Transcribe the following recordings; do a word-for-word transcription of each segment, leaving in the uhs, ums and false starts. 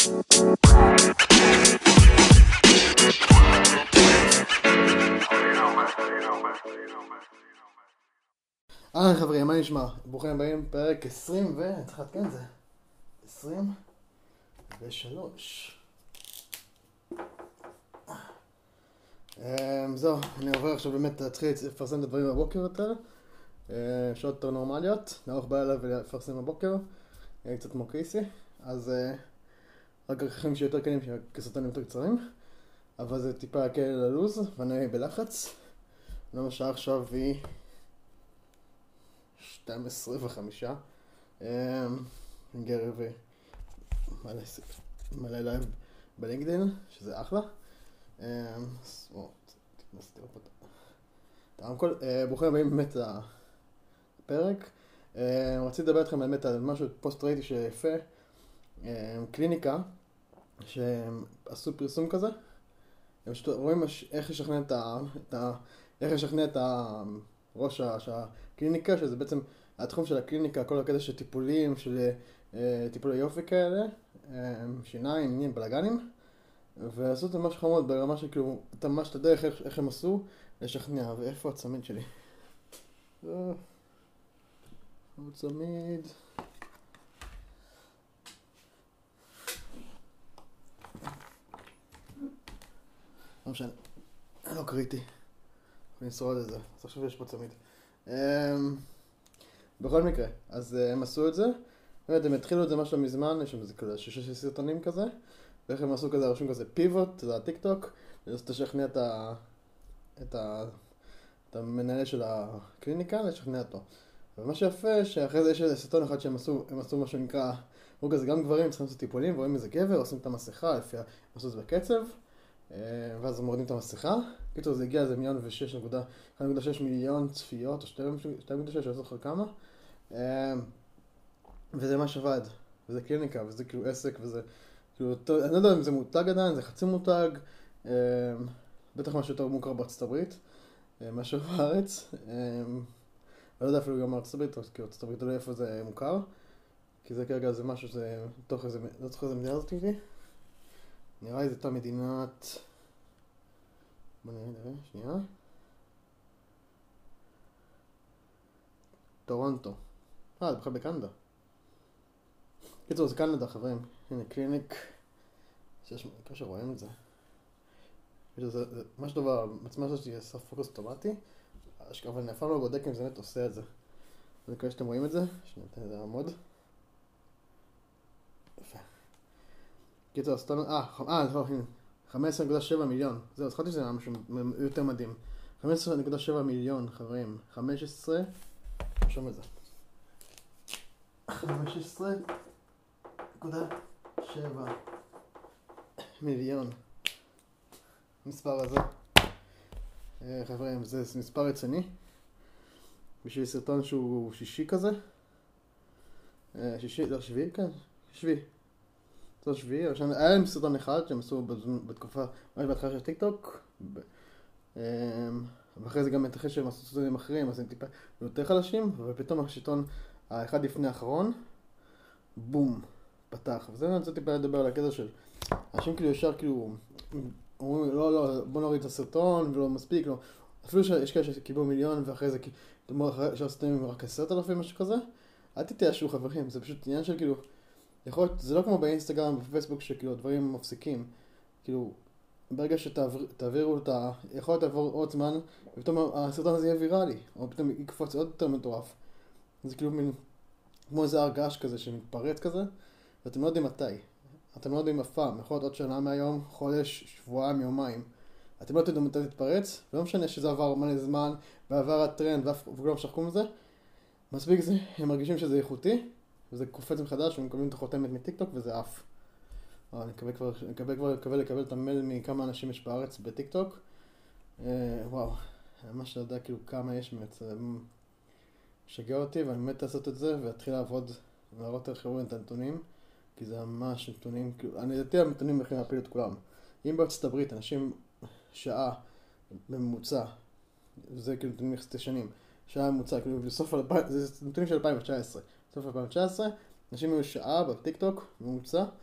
אהלן חברים, מה נשמע? ברוכים הבאים, פרק עשרים ו... צריך להתקן זה עשרים ושלוש. זהו, אני עובר עכשיו באמת להתחיל לפרסם את הדברים בבוקר יותר, שעות יותר נורמליות, נערוך בלילה ולפרסם בבוקר, קצת כמו קייסי, אז רק הרכיכים שיותר קלים, שהסרטונים יותר קצרים, אבל זה טיפה יקל על הלוז, ואני בלחץ. למה השעה עכשיו היא שתים עשרה וחמש, גרי ומלא לייב בלינקדין, שזה אחלה. ברוכים הבאים באמת לפרק. רציתי לדבר איתכם באמת על משהו, פוסט ראיתי שיפה, קליניקה שעשו פרסום כזה. הם רואים איך לשכנע את ה... איך לשכנע את הראש הקליניקה, שזה בעצם התחום של הקליניקה, כל הקטע של טיפולים, של טיפולי יופי כאלה, שיניים, עניינים, בלגנים, ועשו את זה ממש חמוד ברמה שכאילו, אתה ממש את הדרך איך, איך הם עשו לשכנע. ואיפה הצמיד שלי? הוא צמיד. לא משנה, לא קריטי. אני אשרוד את זה, אז עכשיו יש פה צמיד. בכל מקרה, אז הם עשו את זה, באמת הם התחילו את זה משהו מזמן, יש שם איזה כזה שישה סרטונים כזה, ואיך הם עשו כזה, רשום כזה פיבוט, זה הטיק טוק, ולנסות לשכנע את ה... את ה... את המנהל של הקליניקה, לשכנע אותו. ומה שיפה, שאחרי זה יש איזה סרטון אחד שהם עשו, הם עשו מה שנקרא, הוא כזה גם גברים צריכים לעשות טיפולים, ורואים איזה גבר, עושים את המסכה, לפי, עשו את זה בקצב, ואז הם מורדים את המסכה. קיצור, זה הגיע איזה מיליון ושש נקודה, אחד נקודה שש מיליון צפיות, או שתיים נקודה שש, אני לא זוכר כמה. וזה ממש עבד, וזה קליניקה, וזה כאילו עסק, וזה כאילו, אני לא יודע אם זה מותג עדיין, זה חצי מותג, בטח משהו יותר מוכר בארצות הברית, משהו בארץ. אני לא יודע אפילו גם בארצות הברית, כי ארצות הברית לא יודע איפה זה מוכר, כי זה כרגע זה משהו שזה, תוך איזה, לא זוכר איזה מדינה הזאת איתי. נראה לי זה אותה מדינת... בוא נראה, שנייה. טורונטו. אה, זה בכלל בקנדה. קיצור, זה קנדה, חברים. הנה, קליניק. שיש מקרה שרואים את זה. קיצור, זה ממש דבר, מצמה שלו שתהיה סף פוקוס אוטומטי. אבל אני אף פעם לא בודק אם זה באמת עושה את זה. אני מקווה שאתם רואים את זה. שנייה, תן את זה לעמוד. יפה. קיצור, סתם... אה, אה, לא, הנה. חמש עשרה נקודה שבע מיליון. זהו, אז חשבתי שזה משהו יותר מדהים. חמש עשרה נקודה שבע מיליון, חברים. חמש עשרה... נרשום את זה. חמש עשרה נקודה שבע מיליון. מספר הזה. חברים, זה מספר רציני. בשביל סרטון שהוא שישי כזה. שישי, לא שביעי, כן. שביעי. סרטון שביעי. היה להם סרטון אחד שהם עשו בתקופה, ממש בהתחלה של טיק טוק. ואחרי זה גם אחרי שהם עשו סרטונים אחרים, אז הם טיפה יותר חלשים, ופתאום השלטון האחד לפני האחרון, בום, פתח. וזה אני רוצה טיפה לדבר על הקטע של אנשים כאילו ישר כאילו אומרים לא לא בוא נוריד את הסרטון ולא מספיק, לא, אפילו שיש כאלה שקיבלו מיליון ואחרי זה כאילו אחרי סרטונים רק עשרת אלפים משהו כזה, אל תתייאשו חברים, זה פשוט עניין של כאילו יכול להיות, זה לא כמו באינסטגרם ובפייסבוק שכאילו הדברים מפסיקים, כאילו ברגע שתעבירו את ה... יכול להיות לעבור עוד זמן, ופתאום הסרטון הזה יהיה ויראלי, או פתאום יקפוץ עוד יותר מטורף. זה כאילו מין, כמו איזה הרגש כזה שמתפרץ כזה, ואתם לא יודעים מתי. אתם לא יודעים אף פעם, יכול להיות עוד שנה מהיום, חודש, שבועיים, יומיים. אתם לא יודעים מתי תתפרץ, ולא משנה שזה עבר מלא זמן, ועבר הטרנד, וכולם שחקו מזה. מספיק זה, הם מרגישים שזה איכותי, וזה קופץ מחדש, והם מקבלים את החותמת מטיק-טוק, וזה אף. אני מקווה כבר, מקווה כבר לקבל, לקבל את המייל מכמה אנשים יש בארץ בטיק-טוק. וואו, ממש לא יודע כאילו כמה יש באמת, זה משגע אותי, ואני באמת לעשות את זה, ואתחיל לעבוד, להראות איך רואים את הנתונים, כי זה ממש נתונים, כאילו, אני לדעתי הנתונים יכולים להפיל את כולם. אם בארצות הברית אנשים שעה בממוצע, זה כאילו נתונים יחסית שנים, שעה ממוצע, כאילו בסוף, זה נתונים של אלפיים תשע עשרה, בסוף אלפיים תשע עשרה, אנשים היו שעה בטיק-טוק, ממוצע,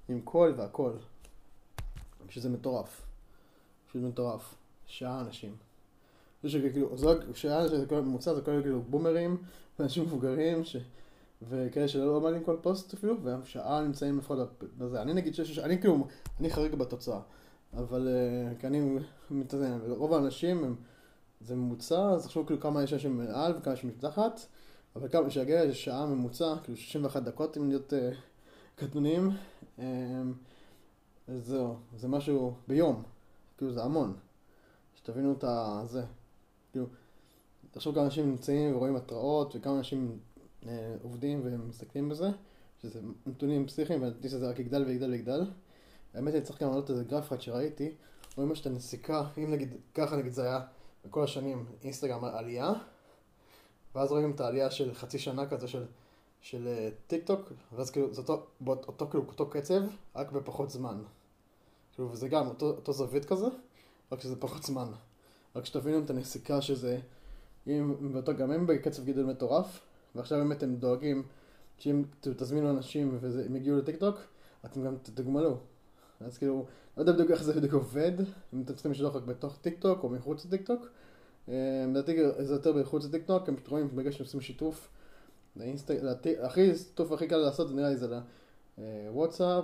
עם קול והכל. שזה מטורף. פשוט מטורף. שעה אנשים. זה שכאילו, שעה שזה כל ממוצע, זה כל כאילו בומרים, ואנשים מבוגרים, ש... וכאלה שלא מעלים כל פוסט אפילו, והם שעה נמצאים לפחות בזה. אני נגיד שיש, אני כאילו, אני חריג בתוצאה. אבל כי אני מתאזן, רוב האנשים הם, זה ממוצע, אז חשוב כאילו כמה יש אנשים מעל וכמה יש מתחת, אבל כמה שיגיע יש שעה ממוצע, כאילו שישים ואחת דקות אם להיות uh, קטנונים, um, זהו, זה משהו ביום, כאילו זה המון, שתבינו את זה, כאילו, תחשוב כמה אנשים נמצאים ורואים התראות וכמה אנשים uh, עובדים ומסתכלים בזה, שזה נתונים פסיכיים והנתיס הזה רק יגדל ויגדל ויגדל. האמת היא, צריך גם לעלות איזה גרף אחד שראיתי, רואים שאתה נסיקה, אם נגיד, ככה נגיד זה היה בכל השנים אינסטגרם עלייה, ואז רואים את העלייה של חצי שנה כזה של, של טיק טוק, ואז כאילו זה אותו, אותו, כאילו, אותו קצב, רק בפחות זמן. כאילו, וזה גם אותו, אותו זווית כזה, רק שזה פחות זמן. רק שתבינו את הנסיקה שזה, אם, ואותו גם הם בקצב גידול מטורף, ועכשיו באמת הם דואגים שאם תזמינו אנשים והם יגיעו לטיק טוק, אתם גם תגמלו. אז כאילו, לא יודע בדיוק איך זה בדיוק עובד, אם אתם צריכים לשלוח רק בתוך טיק טוק או מחוץ לטיק טוק. לדעתי זה יותר בחוץ לטיק טוק, הם פשוט רואים ברגע שעושים שיתוף לאינסטגרם, הכי שיתוף הכי קל לעשות זה נראה לי זה לוואטסאפ,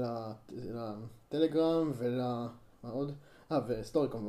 לטלגרם ולה... מה עוד? אה, וסטורי כמובן.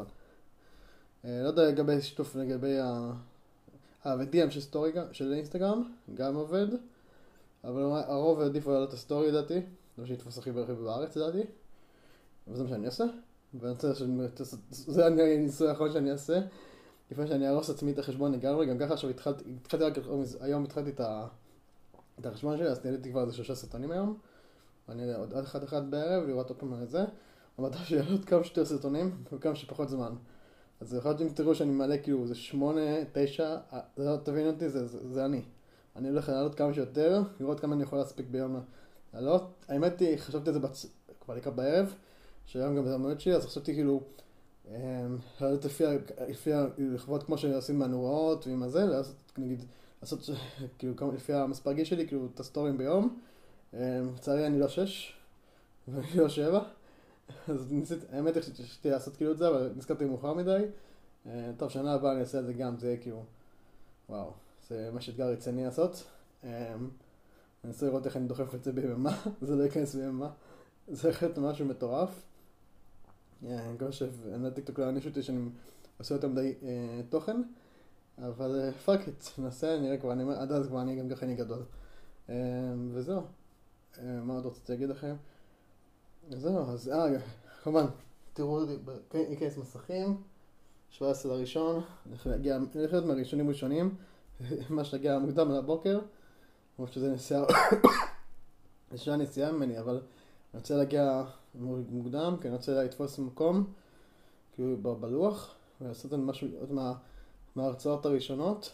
לא יודע לגבי שיתוף לגבי ה... אה, ו-די אם של סטורי של אינסטגרם, גם עובד, אבל הרוב עדיף לעלות את הסטורי לדעתי, לא שיתפוס הכי ברכיב בארץ לדעתי. וזה מה שאני אעשה, ואני רוצה שזה הניסוי האחרון שאני אעשה, לפני שאני ארוס עצמי את החשבון לגמרי, גם ככה עכשיו התחלתי, התחלתי רק, היום התחלתי את החשבון שלי, אז נהליתי כבר איזה שלושה סרטונים היום, ואני אראה עוד אחד אחד בערב, לראות עוד פעם את זה, המטרה שלי לעלות כמה שיותר סרטונים, וכמה שפחות זמן. אז יכול להיות אם תראו שאני מעלה כאילו, זה שמונה, תשע, תבינו אותי, זה, זה, זה אני. אני הולך לעלות כמה שיותר, לראות כמה אני יכול להספיק ביום לעלות. האמת היא, חשבתי את זה בצ... כבר לקראת בערב, שהיום גם זה המועד שלי, אז חשבתי כאילו, לעלות לפי לכבוד כמו שעושים מהנוראות ועם הזה, לעשות, נגיד, לעשות כאילו לפי המספר גיל שלי, כאילו את הסטורים ביום. לצערי אני לא שש, ואני לא שבע, אז ניסיתי, האמת היא ששתי לעשות כאילו את זה, אבל נזכרתי מאוחר מדי. טוב, שנה הבאה אני אעשה את זה גם, זה יהיה כאילו, וואו, זה ממש אתגר רציני לעשות. אני אנסה לראות איך אני דוחף את זה ביממה, זה לא ייכנס ביממה. זה חלק משהו מטורף. אני מקווה שהטיקטוק לא יעניש אותי שאני עושה יותר מדי תוכן, אבל פאק איט, נעשה, נראה כבר, עד אז כבר אני גם ככה אני גדול. וזהו, מה עוד רציתי להגיד לכם? זהו, אז אה, כמובן, תראו להיכנס מסכים, שבעה עשר לראשון, אני הולך להיות מהראשונים ראשונים, מה שנגיע מוקדם לבוקר, כמו שזה נסיעה, זה שעה נסיעה ממני, אבל אני רוצה להגיע מוקדם, כי אני רוצה לתפוס מקום, כאילו בלוח, ולעשות משהו עוד מה, מההרצאות הראשונות.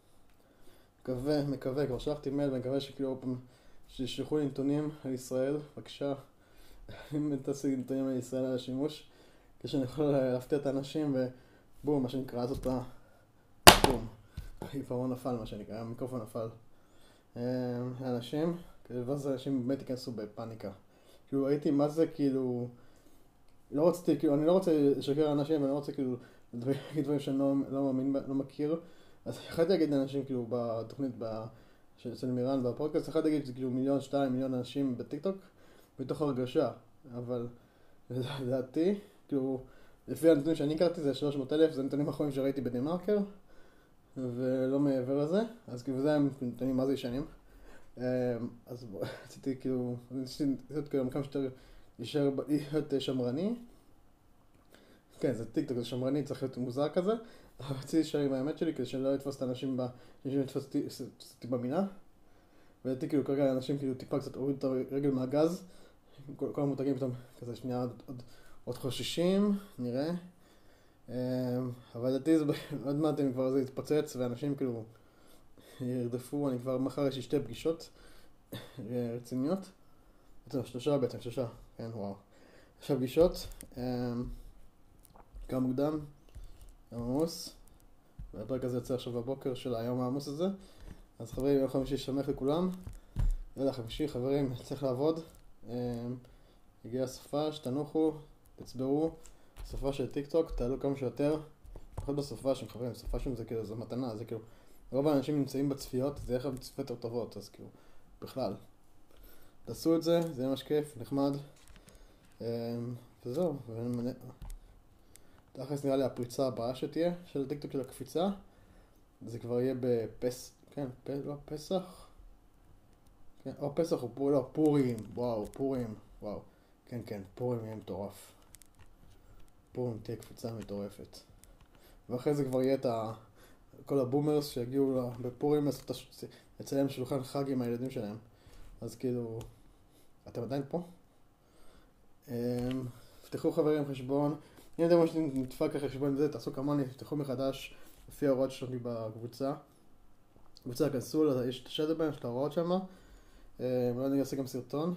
מקווה, מקווה, כבר שלחתי מייל, ומקווה שכאילו פעם, שישלחו לי נתונים על ישראל, בבקשה, אם תעשי נתונים על ישראל על השימוש, כשאני יכול להפתיע את האנשים, ובום, מה שנקרא, אז אותה, בום, העיפרון נפל, מה שנקרא, המיקרופון נפל. האנשים, ואז האנשים באמת ייכנסו בפאניקה. כאילו ראיתי מה זה כאילו, לא רציתי, כאילו, אני לא רוצה לשקר לאנשים, ואני לא רוצה כאילו, להגיד דברים שאני לא, לא מאמין, לא מכיר. אז יכולתי להגיד לאנשים כאילו בתוכנית של מירן בפודקאסט, יכולתי להגיד שזה כאילו מיליון, שתיים מיליון אנשים בטיקטוק, בתוך הרגשה. אבל לדעתי, כאילו, לפי הנתונים שאני הכרתי זה שלוש מאות אלף, זה נתונים האחרונים שראיתי בדנמרקר, ולא מעבר לזה, אז כאילו זה הם נתונים מה זה ישנים. אז רציתי כאילו, רציתי להיות כאילו כמה שיותר להישאר להיות שמרני. כן, זה טיקטוק, זה שמרני, צריך להיות מוזר כזה. אבל רציתי להישאר עם האמת שלי כדי שאני לא אתפוס את האנשים שאני אתפוס אותי במינה. ולדעתי כאילו כרגע האנשים כאילו טיפה קצת הורידו את הרגל מהגז. כל המותגים פתאום כזה שנייה עוד, עוד, עוד חוששים, נראה. אבל לדעתי זה עוד מעט אם כבר זה יתפוצץ ואנשים כאילו ירדפו, אני כבר מחר יש לי שתי פגישות רציניות. טוב, שלושה בעצם, שלושה, כן, וואו. שלושה פגישות, גם מוקדם, יום עמוס, והפרק הזה יוצא עכשיו בבוקר של היום העמוס הזה. אז חברים, יום חמישי שמח לכולם. יאללה חמישי, חברים, צריך לעבוד. הגיעה הסופה, שתנוחו, תצברו, סופה של טיק טוק, תעלו כמה שיותר. במיוחד בסופה שהם חברים, סופה שם זה כאילו, זה מתנה, זה כאילו, רוב האנשים נמצאים בצפיות, זה איך הם צפיות יותר טובות, אז כאילו, בכלל. תעשו את זה, זה יהיה ממש כיף, נחמד. וזהו, תכלס נראה לי הפריצה הבאה שתהיה של הטיקטוק של הקפיצה. זה כבר יהיה בפס... כן, פ... לא, פסח? כן, או פסח או פורים, לא, פורים, וואו, פורים, וואו. כן, כן, פורים יהיה מטורף. פורים תהיה קפיצה מטורפת. ואחרי זה כבר יהיה את ה... כל הבומרס שהגיעו בפורים לציין שולחן חג עם הילדים שלהם. אז כאילו, אתם עדיין פה? פתחו חברים חשבון. אם אתם ממש נדפק החשבון הזה, תעשו כמוני, תפתחו מחדש לפי ההוראות שלנו בקבוצה. קבוצה, כנסו, יש את השדבן, יש את ההוראות שם. אולי אני אעשה גם סרטון.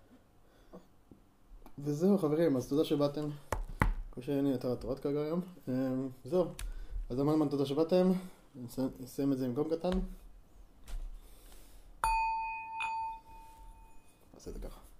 וזהו חברים, אז תודה שבאתם. כמו שאני יותר התורת כרגע היום. זהו. אז המון המון תודה שבאתם. נסיים את זה עם גום קטן. נעשה את זה ככה.